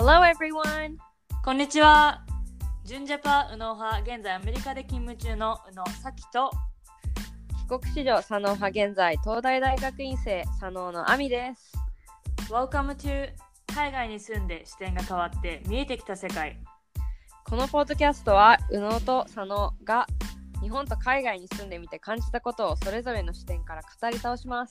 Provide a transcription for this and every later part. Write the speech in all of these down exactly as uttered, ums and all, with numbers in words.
Hello everyone! こんにちは。ジュンジャパ右脳派、現在アメリカで勤務中の宇野咲と帰国子女左脳派、現在東大大学院生左脳の亜美です。 Welcome to 海外に住んで視点が変わって見えてきた世界。 このポッドキャストは宇野と左脳が日本と海外に住んでみて感じたことをそれぞれの視点から語り倒します。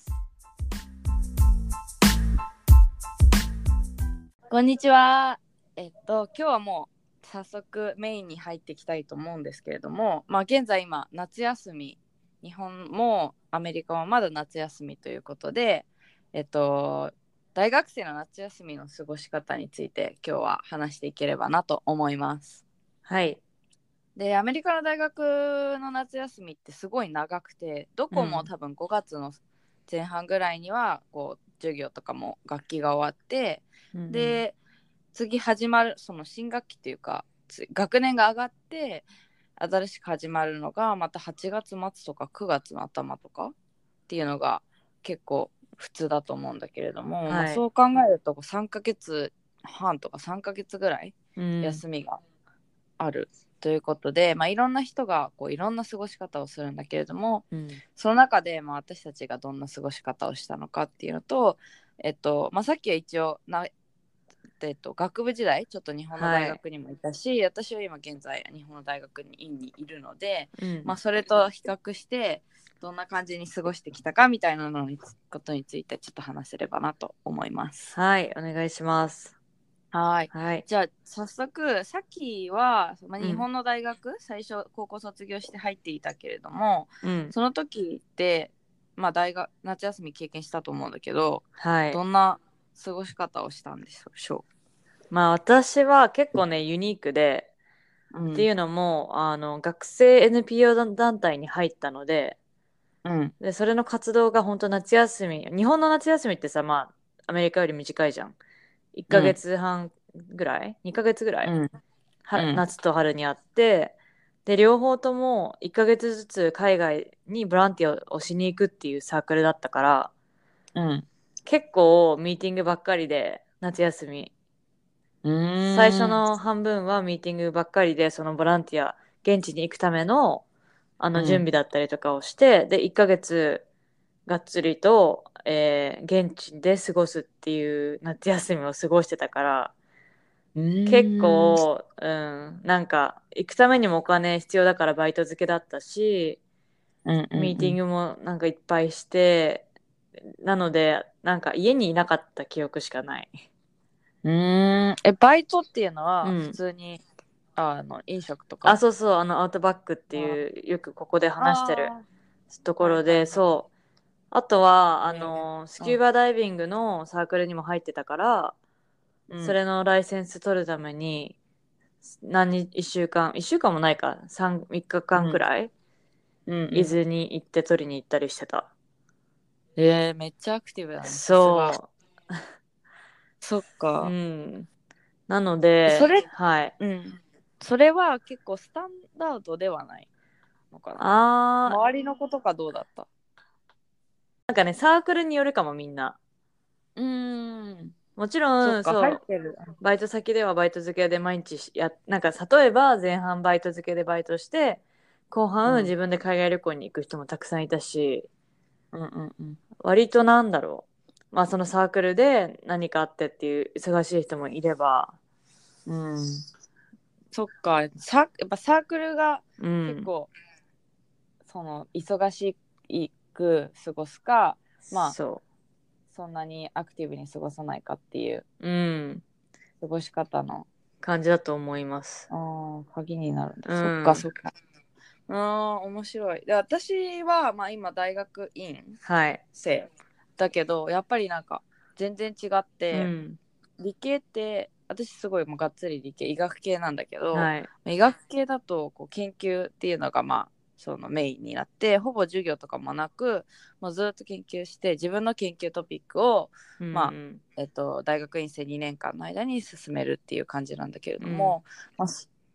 こんにちは。えっと今日はもう早速メインに入っていきたいと思うんですけれども、まあ現在今夏休み、日本もアメリカもまだ夏休みということで、えっと大学生の夏休みの過ごし方について今日は話していければなと思います。 はい。 で、アメリカの大学の夏休みってすごい長くて、どこも多分ごがつの前半ぐらいにはこう授業とかも学期が終わって、うんうん、で次始まるその新学期っていうか学年が上がって新しく始まるのがまたはちがつまつとかくがつの頭とかっていうのが結構普通だと思うんだけれども、はい、まあ、そう考えるとさんかげつはんとかさんかげつぐらい休みがあるということで、うん、まあ、いろんな人がこういろんな過ごし方をするんだけれども、うん、その中で、まあ、私たちがどんな過ごし方をしたのかっていうのと、えっとまあ、さっきは一応なえっと、学部時代ちょっと日本の大学にもいたし、はい、私は今現在日本の大学に院にいるので、うんまあ、それと比較してどんな感じに過ごしてきたかみたいなのにことについてちょっと話せればなと思います。 はい、お願いします。 はい、はい、じゃあ早速さっきは、まあ、日本の大学、うん、最初高校卒業して入っていたけれども、うん、その時って、まあ、大学夏休み経験したと思うんだけど、はい、どんな過ごし方をしたんでしょう。 まあ私は結構ねユニークで、うん、っていうのもあの学生 エヌピーオー 団体に入ったので、うん、でそれの活動が本当夏休み、日本の夏休みってさ、まあアメリカより短いじゃん。いっかげつはんぐらい、うん、にかげつぐらい、うん、夏と春にあって、で両方ともいっかげつずつ海外にボランティアをしに行くっていうサークルだったから、うん、結構ミーティングばっかりで夏休み最初の半分はミーティングばっかりで、そのボランティア現地に行くためのあの準備だったりとかをして、うん、でいっかげつがっつりと、えー、現地で過ごすっていう夏休みを過ごしてたから、結構、うん、なんか行くためにもお金必要だからバイト漬けだったし、うんうんうん、ミーティングもなんかいっぱいして、なのでなんか家にいなかった記憶しかない。 うーんえバイトっていうのは普通に、うん、あの飲食とか、 あそうそう、あのアウトバックっていうよくここで話してるところで、はいはいはい、そうあとはあのスキューバダイビングのサークルにも入ってたから、うん、それのライセンス取るために何いっしゅうかんいっしゅうかんもないかさん、みっかかんくらい、うんうんうん、伊豆に行って取りに行ったりしてた。 えー、めっちゃアクティブだね。 そうそっか、 うん、なのでそれ、 はい、 うん、それは結構スタンダードではないのかな。あ周りの子とかどうだった？ なんかねサークルによるかもみんな。 うーんもちろんそう入ってるバイト先ではバイト漬けで毎日やなんか例えば前半バイト漬けでバイトして後半自分で海外旅行に行く人もたくさんいたし、うんうんうん、割となんだろう、まあそのサークルで何かあってっていう忙しい人もいれば、 うん、そっかさやっぱサークルが結構、うん、その忙しく過ごすか、まあそうそんなにアクティブに過ごさないかっていう過ごし方の感じだと思います。 あ鍵になるんだ、うん、そっかそっか。あ面白い。で私は、まあ、今大学院生だけど、はい、やっぱりなんか全然違って、うん、理系って私すごいもうがっつり理系医学系なんだけど、はい、医学系だとこう研究っていうのがまあそのメインになってほぼ授業とかもなくもうずっと研究して自分の研究トピックを、うんまあえっと、大学院生にねんかんの間に進めるっていう感じなんだけれども、うんまあ、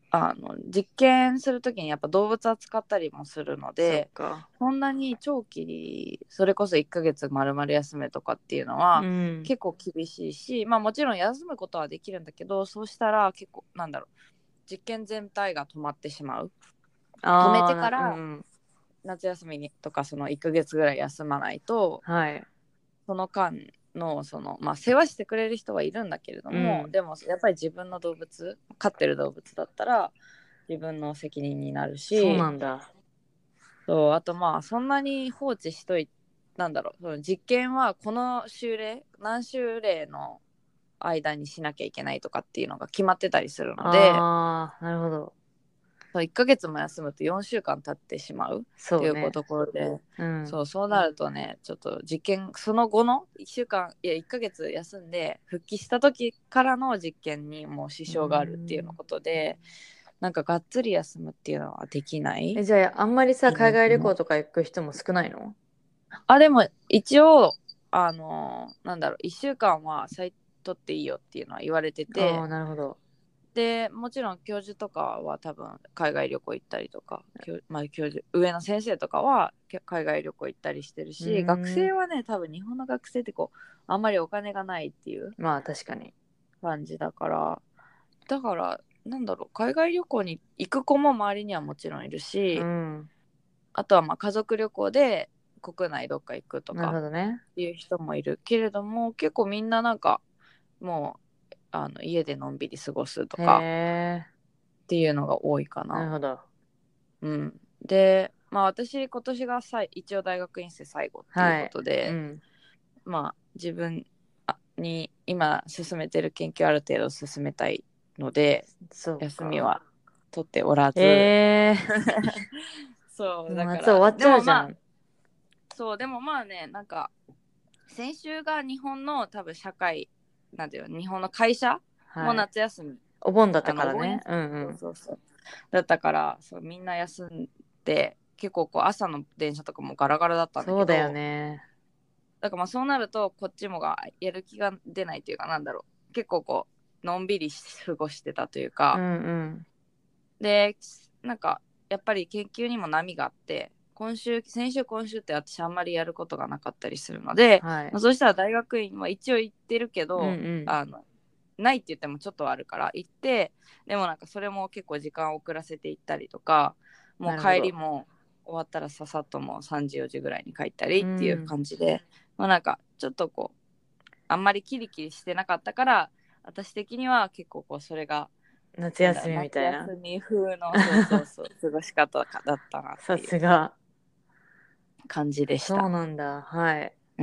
あの実験するときにやっぱ動物扱ったりもするので、 そっか。 そんなに長期それこそいっかげつ丸々休めとかっていうのはうん結構厳しいし、まあもちろん休むことはできるんだけど、そうしたら結構なんだろう、実験全体が止まってしまう。止めああ、な、うんうてからん。 夏休みにとかそのいっかげつぐらい休まないと、 はい。 その間のその、まあ、世話してくれる人はいるんだけれども、 うん。 でもやっぱり自分の動物、飼ってる動物だったら自分の責任になるそうし、 なんだ。 そう、あとまあそんなに放置しといなんだろう、その実験はこの週例何週例の間にしなきゃいけないとかっていうのが決まってたりするので、 ああ、なるほど。 そういっかげつも休むとよんしゅうかん経ってしまうっていうこそうね。 ところで、 うん。 そうそうなるとね、ちょっと実験その後のいっしゅうかんいやいっかげつ休んで復帰した時からの実験にもう支障があるっていうのことで、なんかがっつり休むっていうのはできない。 え、じゃあ、あんまりさ、海外旅行とか行く人も少ないの？ あでも一応あのなんだろう、いっしゅうかんはサイトっていいよっていうのは言われてああ、 て、 なるほど。 でもちろん教授とかは多分海外旅行行ったりとか、教まあ、教授上の先生とかはけ海外旅行行ったりしてるうし、学ーん。 生はね多分日本の学生ってこうあんまりお金がないっていうまあ、確かに。 感じだから、だからなんだろう、海外旅行に行く子も周りにはもちろんいるうし、 ん。 あとはまあ家族旅行で国内どっか行くとなるかほどね。 っていう人もいるけれども、結構みんななんかもうあの家でのんびり過ごすとへかえ、 っていうのが多いかな。 なるほど。 うん、で、まあ私今年がさい一応大学院生最後っていうはい。 ことで、 うん。 まあ自分に今進めてる研究ある程度進めたいのでそうか。 休みは取っておらずええそうもうだか夏終わっちゃらでもまあうじゃん。 そうでもまあね、なんか先週が日本の多分社会なんていうの、日本の会社もはい。 夏休み、 お盆だったあのからね。 お盆休み、 うんうん。 そうそうそうだったから、そうみんな休んで結構こう朝の電車とかもガラガラだったんだそうだよけど、 ね。 だからまあそうなるとこっちもがやる気が出ないというか、なんだろう、結構こうのんびり過ごしてたというか、 うんうん。 でなんかやっぱり研究にも波があって、今週先週今週って私あんまりやることがなかったりするので、 はい。 まあ、そうしたら大学院は一応行ってるけうんど、 うん。 あのないって言ってもちょっとあるから行って、でもなんかそれも結構時間を遅らせていったりとか、もうなるほど。 帰りも終わったらささっともうさんじよじぐらいに帰ったりうっていうん。 感じで、まあなんかちょっとこうあんまりキリキリしてなかったから、私的には結構こうそれがなんだろう、 夏休みみ夏たいな。 休み風のそうそうそう過ごし方だったなっさていうすが。 感じでしそうた。 なんだ。はい。 うん。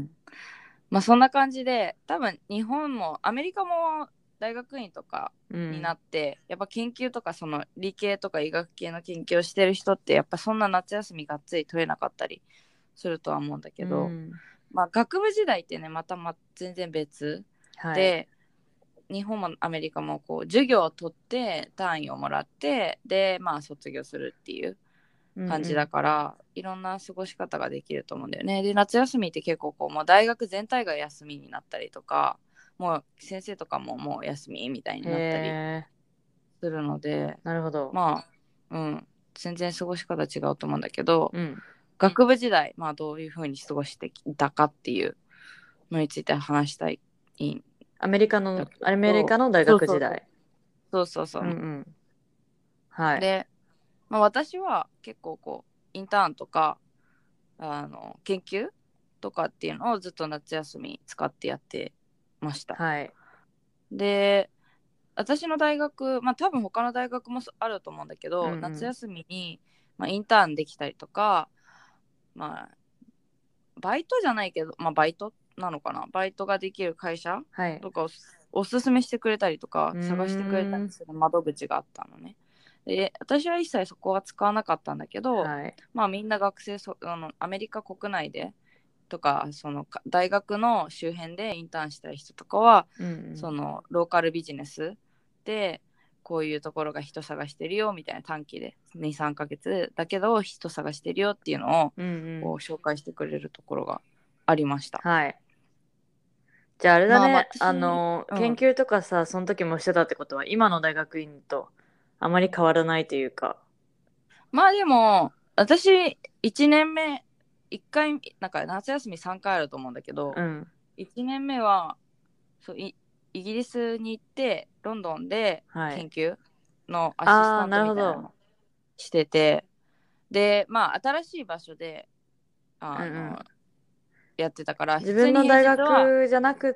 まあそんな感じで、多分日本もアメリカも大学院とかになうん。 って、やっぱ研究とかその理系とか医学系の研究をしてる人ってやっぱそんな夏休みがっつり取れなかったりするとは思うんだうけど、 ん。 まあ学部時代ってねまたま全然別はい。 で、日本もアメリカもこう授業を取って単位をもらってでまあ卒業するっていう感じだうんうん。 から、いろんな過ごし方ができると思うんだよね。で夏休みって結構こうもう大学全体が休みになったりとか、もう先生とかももう休みみたいにへなったりえ。 するので、 なるほど。 まあうん全然過ごし方違うと思うんだけど、 うん。 学部時代まあどういう風に過ごしてきたかっていうのについて話したいんアメリカの、 だけアメリど、 カの大そうそうそう学時代。 そうそうそううんうん。はい。 で、まあ、私は結構こうインターンとかあの研究とかっていうのをずっと夏休み使ってやってました。 はい。 で、私の大学、まあ多分他の大学もあると思うんだけうんうど、夏ん。 休みに、まあ、インターンできたりとか、まあバイトじゃないけど、まあバイトなのかな、バイトができる会社はい。 とかをおすすめしてくれたりとかう探してくれたーん。 りする窓口があったのね。で私は一切そこは使わなかったんだけど、 はい。 まあみんな学生そあのアメリカ国内でとかその大学の周辺でインターンしたい人とかは、 うんうん。 そのローカルビジネスでこういうところが人探してるよみたいな短期でにさんかげつだけど人探してるよっていうのをうんうん。 こう紹介してくれるところがありました。 はい。じゃああれだまあまあね。あ私、 の、 うん、 研究とかさ、その時もしてたってことは、今の大学院とあまり変わらないというか。 まあでも私いちねんめいっかいなんか夏休みさんかいあると思うんだけど、 うん。 いちねんめはそうイイギリスに行ってロンドンではい。 研究のアシスああ、 タントなるほど。 みたいなのしてて、でまあ新しい場所でうんうん。 あのやってたから普通に平自分の大日は学じゃなくって、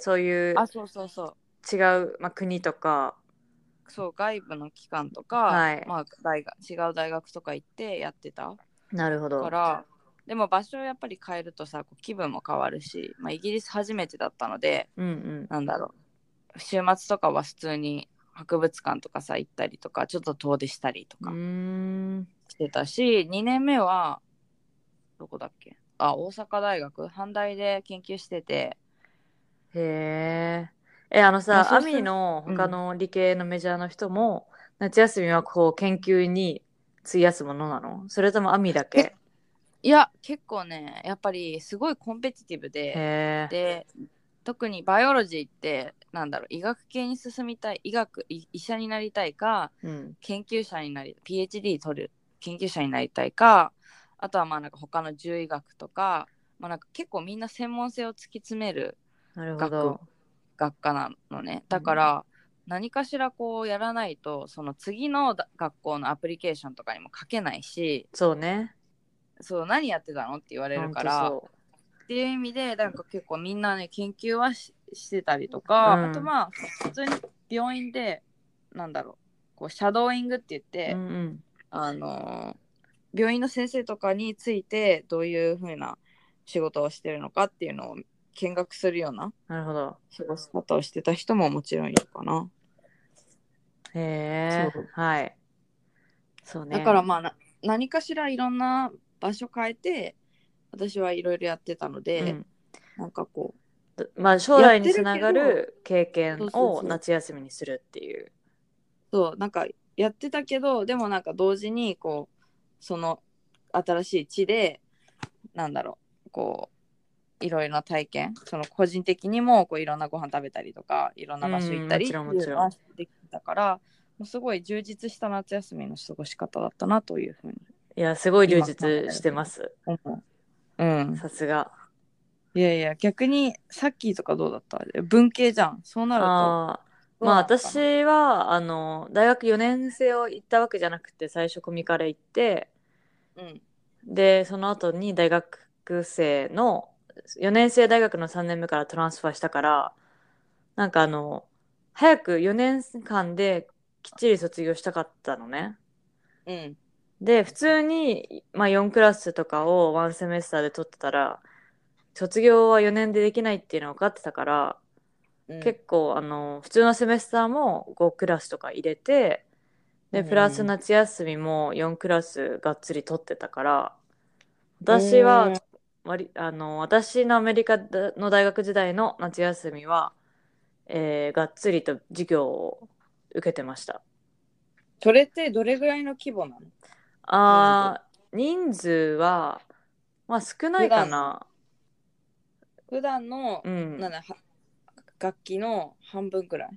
そういうあそうそうそう違う、まあ、国とか。 そう外部の機関とか、 はい。 まあ、大学違う大学とか行ってやってたなるほど。 から、でも場所をやっぱり変えるとさこう気分も変わるし、まあ、イギリス初めてだったので、 うんうん。 なんだろう、週末とかは普通に博物館とかさ行ったりとかちょっと遠出したりとうーかん。 してたし、にねんめはどこだっけ、あ大阪大学阪大で研究してて、 へえ。え、あのまあさ、アそうするミの他うんの理系のメジャーの人も、夏休みはこう研究に費やすものなの？それともアミだけけ？ いや結構ねやっぱりすごいコンペティティブへで、 え。 で特にバイオロジーってなんだろう、医学系に進みたい、医学医医者になりたいか、 うん。 研究者になり ピーエイチディー 取る研究者になりたいか、あとはまあなんか他の獣医学とか、まあ、なんか結構みんな専門性を突き詰めるなるほ学ど。 学科なのね。 うん。 だから何かしらこうやらないとその次の学校のアプリケーションとかにも書けないし、 そうね。 そう何やってたのって言われほんるから、 とそっていう意味でなんか結構みんなね研究は し, してたりとう。うか、あとん。 まあ普通に病院でなんだろう、こうシャドーイングって言っうんて、 うん。 あのー病院の先生とかについてどういう風な仕事をしてるのかっていうのを見学するようななるほど。 過ごし方をしてた人ももちろんいるかな。 へえ。 そうはい。そうだかね。 らまあな何かしらいろんな場所変えて私はいろいろやってたので、 うん。 なんかこまあ将うやっ来につなてるけど、 がる経験そうそうをそう夏休みにするっていう。 そうなんかやってたけどでもなんか同時にこうその新しい地でなんだろうこういろいろな体験、その個人的にもこういろんなご飯食べたりとかいろんな場所行っうん、もちたりっろんもちろん。 ていうのはできたから、もうすごい充実した夏休みの過ごし方だったなというふうにいや、すごい充今考実しえるとてます。 思う。うん。 さすが。 いやいや逆にさっきとかどうだった？文系じゃん。そうなるとああ、まあどうなのかな。 私は、あの、大学よねん生を行ったわけじゃなくて、最初コミから行って、 うん。 で、その後に大学生の、よねん生大学のさんねんめからトランスファーしたから、なんかあの、早くよねんかんできっちり卒業したかったのね。 うん。 で、普通に、まあよんクラスとかをワンセメスターで取ってたら、卒業はよねんでできないっていうの分かってたから、 うん。 結構あの普通のセメスターもごクラスとか入れて、でプラスうん夏休みもよんクラスがっつり取ってたから、 う私はーん。 割あの私のアメリカの大学時代の夏休みは、えーがっつりと授業を受けてました。 それってどれぐらいの規模なの？人数。 あー人数はまあ少ないか普段、 な。 普段の、 うんなんだ、は楽器の半分くらい。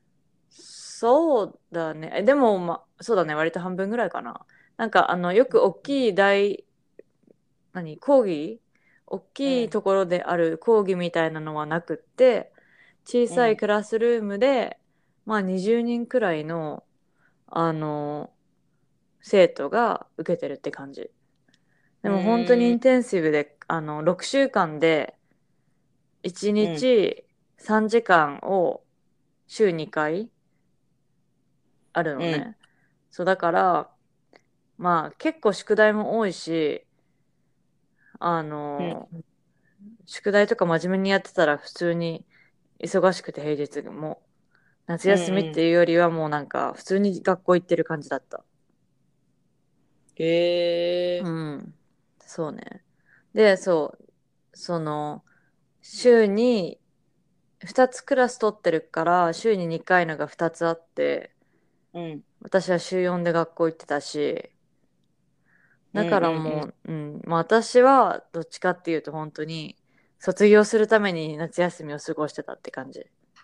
そうだね。えでも、ま、そうだね。割と半分ぐらいかな。なんか、あの、よく大きい大、何、講義大うん。 きいところである講義みたいなのはなくって、小うん。 さいクラスルームで、まあ、にじゅうにんくらいの、あの、生徒が受けてるって感じ。 うでも、本当にイーん。 ンテンシブで、あの、ろくしゅうかんで、1 うん。 日さんじかんを週にかいあるうん。 のね。そう、だから、まあ結構宿題も多いし、あうん。 の、宿題とか真面目にやってたら普通に忙しくて平日も。夏うん。 休みっうん。 ていうよりはもうなんか普通に学校行ってる感じだった。うへえ。 ん。そうね。で、そう、その、週にふたつクラス取ってるから週ににかいのがふたつあって、 うん。 私は週よんで学校行ってたし、 うん。 だからうん。 もう、うん、まあ私はどっちかっていうと本当に卒業するために夏休みを過ごしてたって感じ。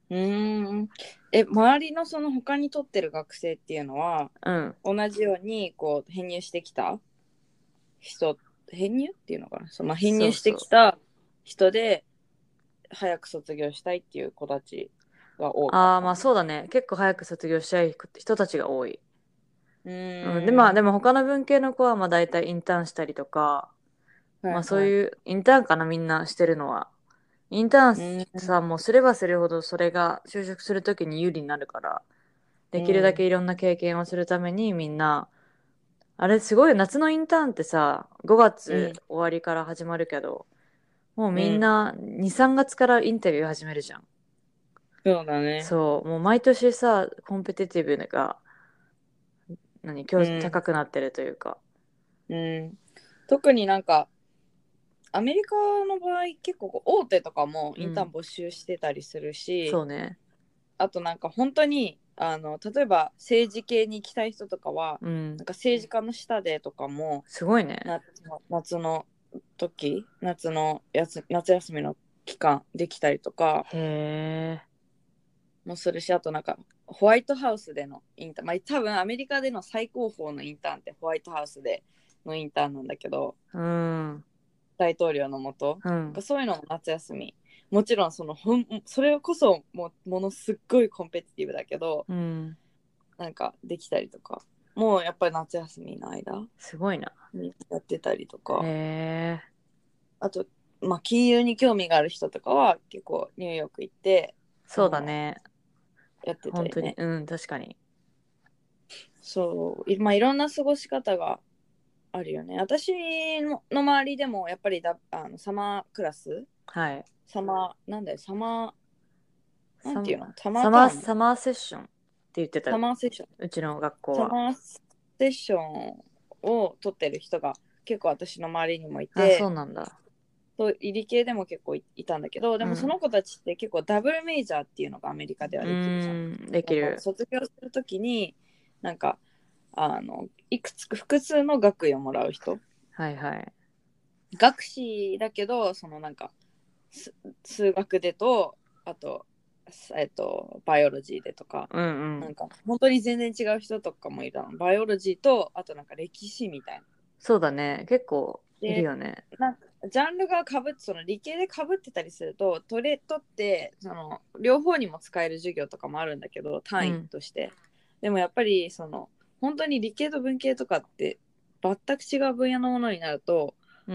うーん。え、周りのその他に取ってる学生っていうのは、 うん。 同じようにこう編入してきた人、編入っていうのかな、その編入してそうそう。 きた人で早く卒業したいっていう子たちが多かっああ、 たの？ まあそうだね。結構早く卒業したい人たちが多い。 ううん。で、まあーん。 でも他の文系の子はまあ大体インターンしたりとか、まあそうはいはい。 いうインターンかな、みんなしてるのは。インターンうーん。 さ、もうすればするほどそれが就職するときに有利になるから、できるだけうん。 いろんな経験をするためにみんな、あれすごいよ、夏のインターンってさ、5 うん。 月終わりから始まるけど、もううん。 みんなに、さんがつからインタビュー始めるじゃん。 そうだね。 そう、もう毎年さ、コンペティティブが、何、今日うん。 高くなってるというか。 うん。特になんか、アメリカの場合、結構大手とかもインターンうん。 募集してたりするし、 そうね。 あとなんか本当に、あの、例えば政治系に行きたい人とかは、 うん。 なんか政治家の下でとかも、 すごいね。 夏の夏の時、夏のやつ、夏休みの期間できたりとかへえ。 もするし、あとなんか、ホワイトハウスでのインターン、まあ多分アメリカでの最高峰のインターンってホワイトハウスでのインターンなんだけど、 うん。 大統領のもと、 うん。 そういうのも夏休み。もちろんそのほんそれこそもものすっごいコンペティティブだけど、 うん。 なんかできたりとか、もうやっぱり夏休みの間すごいな。 にやってたりとへか、 え。 あと、まあ、金融に興味がある人とかは結構ニューヨーク行ってそうあのだね。 やってた本当に。 りね。 うん、確かに。 そう、いまあ、いろんな過ごし方があるよね。私のの周りでもやっぱりだあのサマークラス、 はい。 サマー、なんだよ、サマー、なんサマ、 ていうの、サマーサマー、 ターム、 サマーセッションって言ってた。 サマーセッション、 うちの学校は。 サマーセッションを取ってる人が結構私の周りにもいあ、そうて、 なんだ。 そう理系でも結構い、いたんだけど、でもそうん。 の子たちって結構ダブルメジャーっていうのがアメリカではうできるじゃん。 ーん、でだからきる。 卒業するときに、なんか、あの、いくつか複数の学位をもらう人。 はいはい。 学士だけど、そのなんか、す数学でと、あと、えっと、バイオロジーでとか、 うんうん。 なんか、本当に全然違う人とかもいたの。バイオロジーと、あとなんか歴史みたいな。 そうだね。結構いるで、 よね。 なんかジャンルがかぶって、その理系でかぶってたりすると、取れ取って、その両方にも使える授業とかもあるんだけど、単位うん。 として。でもやっぱり、その、本当に理系と文系とかって、全く違う分野のものになると、 うん。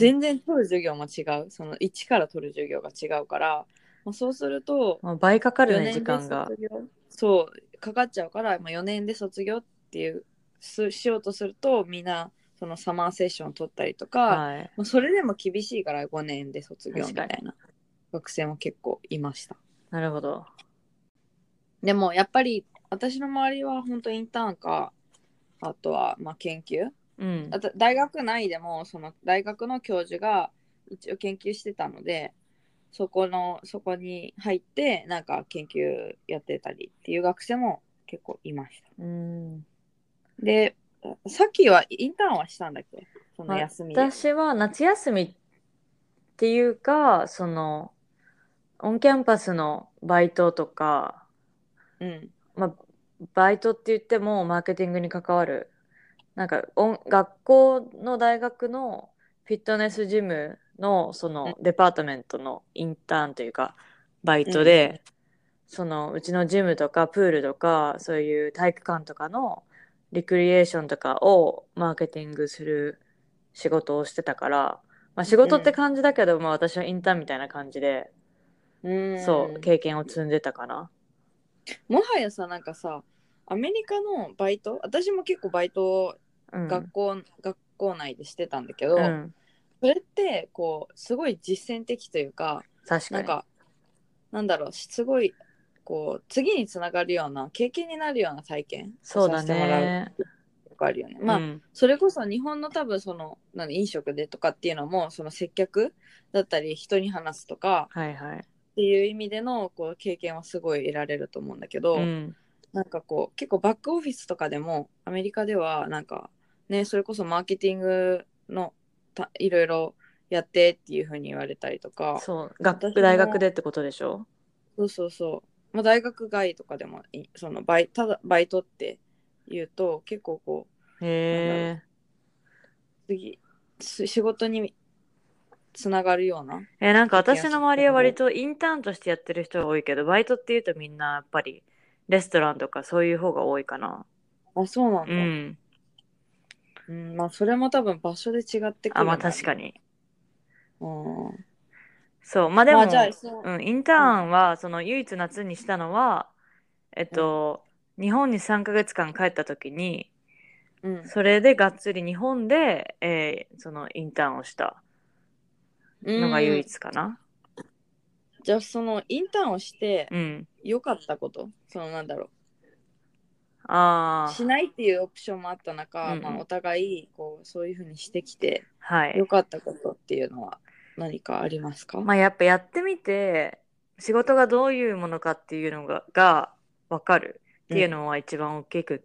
全然取る授業も違う。その一から取る授業が違うから、まあ、そうすると、 まあ、倍かかるね、 4 時年で間が。 卒業、そう、かかっちゃうから、まあ、よねんで卒業っていう、すしようとすると、みんな、そのサマーセッションを取ったりとか、 はい。 まあ、それでも厳しいからごねんで卒業確かに。 みたいな学生も結構いました。 なるほど。 でもやっぱり私の周りは本当インターンか、あとはまあ研究。 うん。 あと大学内でもその大学の教授が一応研究してたので、そこの、そこに入ってなんか研究やってたりっていう学生も結構いました。 うん。 で、さっきはインターンはしたんだっけ、その休みで？ 私は夏休みっていうか、その、オンキャンパスのバイトとか、 うん。 まあ、バイトって言ってもマーケティングに関わる、なんか音学校の大学のフィットネスジムのそうんのデパートメントのインターンというかバイうんうん。 トで、そのうちのジムとかプールとかそういう体育館とかのリクリエーションとかをマーケティングする仕事をしてたから、まあ、仕事って感じだけど、まあ、私はインターンみたいな感じで、 うそう、 ん。 経験を積んでたかな。 もはやさ、なんかさ、アメリカのバイト、私も結構バイトをうん。 学校、学校内でしてたんだけど、 うん。 それってこう、すごい実践的というか、 確かに。 なんか、なんだろう、すごい、こう、次につながるような、経験になるような体験をさそうだせてもらうね。 とかあるよね。まあ、 うん。 それこそ日本の多分その、何飲食でとかっていうのも、その接客だったり、人に話すとかはいはい。 っていう意味でのこう経験はすごい得られると思うんだけど、 うん。 なんかこう、結構バックオフィスとかでも、アメリカではなんか、ね、それこそマーケティングのたいろいろやってっていう風に言われたりとか、 そう。学大学私も、 でってことでしょ？ そうそうそう。 まあ、大学外とかでもそのバイただバイトって言うと結構こうなんだろう次仕事につながるような。 えー、なんか私の周りは割とインターンとしてやってる人が多いけど、バイトって言うとみんなやっぱりレストランとかそういう方が多いかな。 あ、そうなんだ。 うん。 うん、まあそれも多分場所で違ってくる、 あ、まあ確かに。 うん。 そう、まあでも、 まあじゃあそうん、インターンは、その唯一夏にしたのは、えっと、うん、日本にさんかげつかん帰った時に、うん、それでがっつり日本で、えー、そのインターンをしたのが唯一かな。 じゃあそのインターンをして良かったこと、うん、そのなんだろう。あしないっていうオプションもあった中、うんうん、まあ、お互いこうそういうふうにしてきて良、はい、かったことっていうのは何かありますか？ まあやっぱやってみて仕事がどういうものかっていうのがが分かるっていうのは一番大きくって、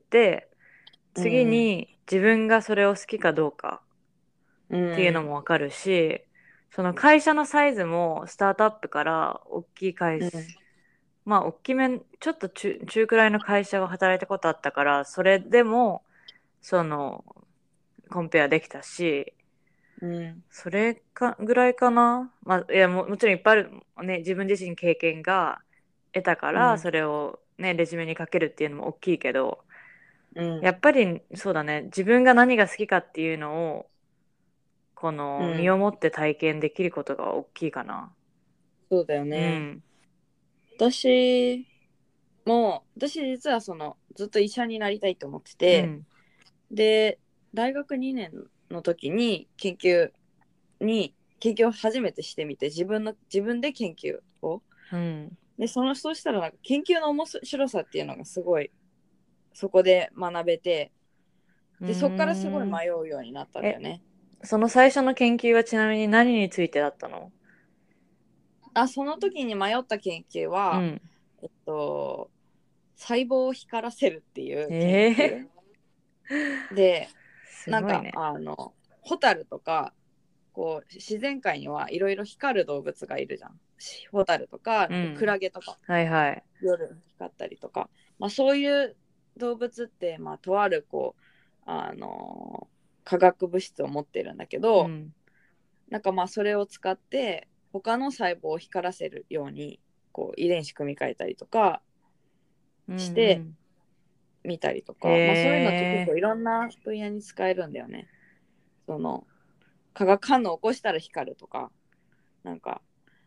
うん、次に自分がそれを好きかどうかっていうのも分かるし、うん、その会社のサイズもスタートアップから大きい会社、うん、まあ大きめちょっと 中, 中くらいの会社が働いたことあったからそれでもそのコンペアできたし、うん、それかぐらいかな。まあいや も, もちろんいっぱいあるね、自分自身経験が得たから、うん、それをねレジュメにかけるっていうのも大きいけど、うん、やっぱりそうだね、自分が何が好きかっていうのをこの身をもって体験できることが大きいかな。 そうだよね。うん、私も私実はそのずっと医者になりたいと思ってて、うん、で大学にねんの時に研究に研究を初めてしてみて自分の自分で研究を、うん、でそのそうしたらなんか研究の面白さっていうのがすごいそこで学べて、でそこからすごい迷うようになったんだよね。 その最初の研究はちなみに何についてだったの？ あその時に迷った研究は、うん、えっと細胞を光らせるっていう研究、えー、で、ね、なんかあのホタルとかこう自然界にはいろいろ光る動物がいるじゃん。ホタルとか、うん、クラゲとか、はいはい、夜光ったりとか、まあ、そういう動物って、まあ、とあるこうあの化学物質を持ってるんだけど、うん、なんかまあそれを使って他の細胞を光らせるようにこう遺伝子組み換えたりとかしてみたりとか、うんうん、まあ、そういうのって結構いろんな分野に使えるんだよね。その化学反応を起こしたら光るとか、なんか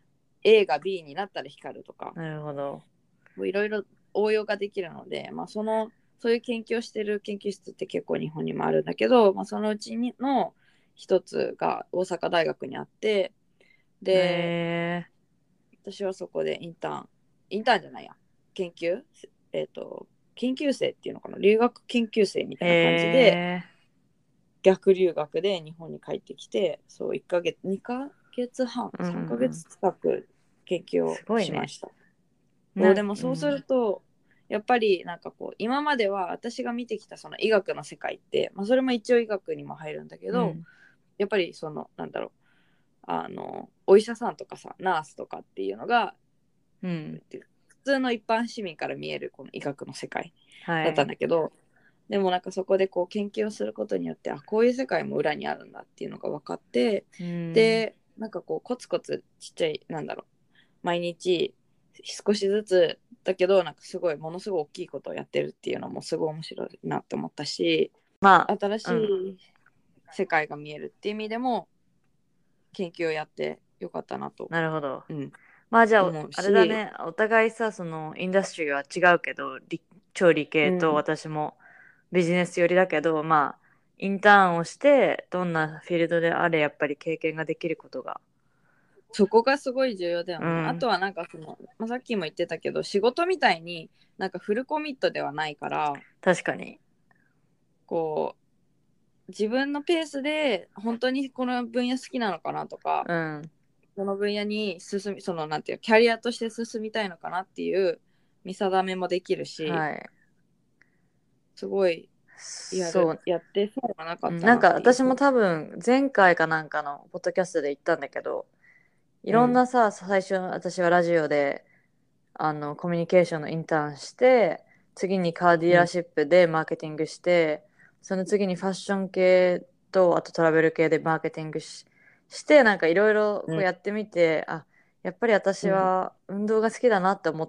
A が B になったら光るとか、 なるほど、 いろいろ応用ができるので、まあ、そのそういう研究をしてる研究室って結構日本にもあるんだけど、まあ、そのうちの一つが大阪大学にあって、で私はそこでインターンインターンじゃないや研究えっ、ー、と研究生っていうのかな、留学研究生みたいな感じで逆留学で日本に帰ってきて、そういっかげつにかげつはんさんかげつ近く研究をしました。そうでもそうすると、うん、やっぱりなんかこう今までは私が見てきたその医学の世界って、まあ、それも一応医学にも入るんだけど、うん、やっぱりそのなんだろうあのお医者さんとかさナースとかっていうのが、うん、普通の一般市民から見えるこの医学の世界だったんだけど、はい、でもなんかそこでこう研究をすることによってあこういう世界も裏にあるんだっていうのが分かって、うん、でなんかこうコツコツちっちゃいなんだろう毎日少しずつだけどなんかすごいものすごい大きいことをやってるっていうのもすごい面白いなって思ったし、まあ、新しい世界が見えるっていう意味でも研究をやってよかったなと。 なるほど、うん、まあじゃああれだね、お互いさそのインダストリーは違うけど超理系と私もビジネス寄りだけど、うん、まあインターンをしてどんなフィールドであれやっぱり経験ができることがそこがすごい重要だよね、うん、あとはなんかその、まあ、さっきも言ってたけど仕事みたいになんかフルコミットではないから確かにこう自分のペースで本当にこの分野好きなのかなとか、うん、この分野に進みそのなんていうキャリアとして進みたいのかなっていう見定めもできるし、はい、すごいやるそうやってそうがなかったなっていう、うん、 なんか私も多分前回かなんかのポッドキャストで言ったんだけどいろんなさ、うん、最初私はラジオであのコミュニケーションのインターンして、次にカーディーラーシップでマーケティングして、うん、その次にファッション系とあとトラベル系でマーケティング し, してなんかいろいろやってみて、うん、あやっぱり私は運動が好きだなって思って、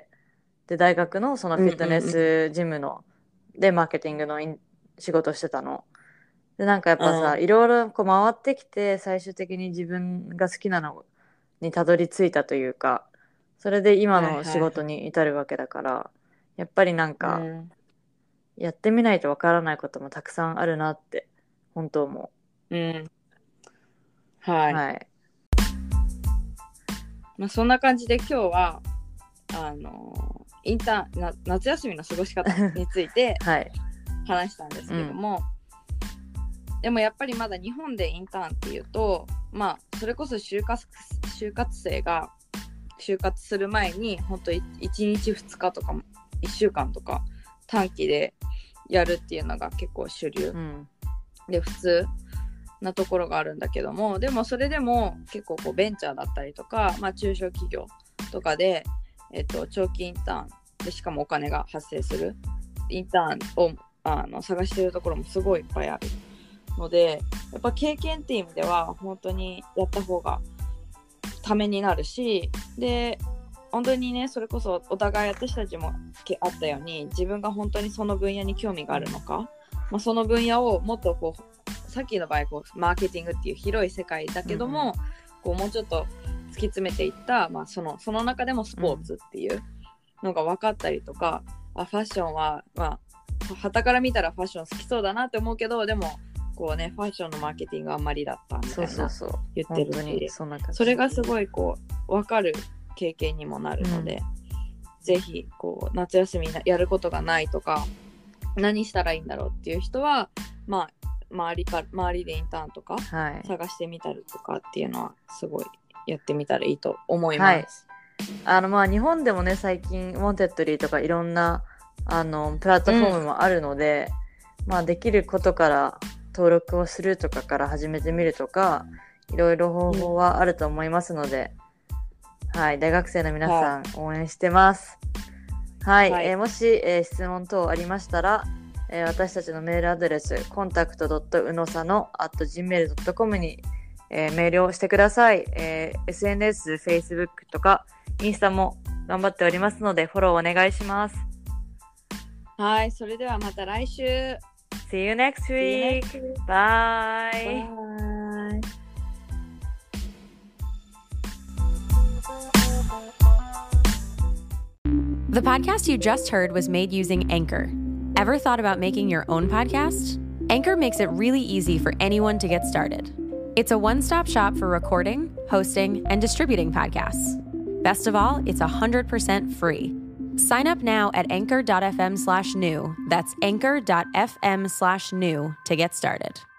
で大学のそのフィットネスジムのでマーケティングの仕事してたので、なんかやっぱさ、いろいろこう回ってきて最終的に自分が好きなのにたどり着いたというか、それで今の仕事に至るわけだから、はいはい、やっぱりなんか、うん、やってみないとわからないこともたくさんあるなって本当思う。うん。 はい。はい、まあ、そんな感じで今日はあのインターな夏休みの過ごし方について話したんですけども、はいうん、でもやっぱりまだ日本でインターンっていうと、まあそれこそ就活就活生が就活する前に本当いちにちふつかとかいっしゅうかんとか短期でやるっていうのが結構主流、うん、で普通なところがあるんだけども、でもそれでも結構こうベンチャーだったりとか、まあ、中小企業とかで、えっと、長期インターンでしかもお金が発生するインターンをあの探しているところもすごいいっぱいあるので、やっぱ経験っていう意味では本当にやった方がためになるし、で本当にねそれこそお互い私たちもあったように自分が本当にその分野に興味があるのか、まあ、その分野をもっとこうさっきの場合こうマーケティングっていう広い世界だけども、うんうん、こうもうちょっと突き詰めていった、まあ、そのその中でもスポーツっていうのが分かったりとか、うん、あファッションはまあ傍から見たらファッション好きそうだなって思うけど、でもこうねファッションのマーケティングあんまりだったみたいな言ってるし、それがすごいこう分かる経験にもなるので、うん、ぜひこう夏休みやることがないとか何したらいいんだろうっていう人はまあ周りか周りでインターンとか探してみたりとかっていうのはすごいやってみたらいいと思います。 はい、あのまあ日本でもね最近ウォンテッドリーとかいろんなあのプラットフォームもあるので、うん、まあできることから登録をするとかから始めてみるとかいろいろ方法はあると思いますので、うん、はい大学生の皆さん応援してます。はい、はいえー、もし、えー、質問等ありましたら、えー、私たちのメールアドレスコンタクトドットウノサノアットジーメールドットコムに、えー、メールをしてください。えー、エスエヌエス、Facebook とかインスタも頑張っておりますのでフォローお願いします。 はい、それではまた来週。 See you next week. See you next week. Bye. Bye. The podcast you just heard was made using Anchor. Ever thought about making your own podcast? Anchor makes it really easy for anyone to get started. It's a one-stop shop for recording, hosting, and distributing podcasts. Best of all, it's one hundred percent free. Sign up now at anchor.fm slash new. That's anchor.fm slash new to get started.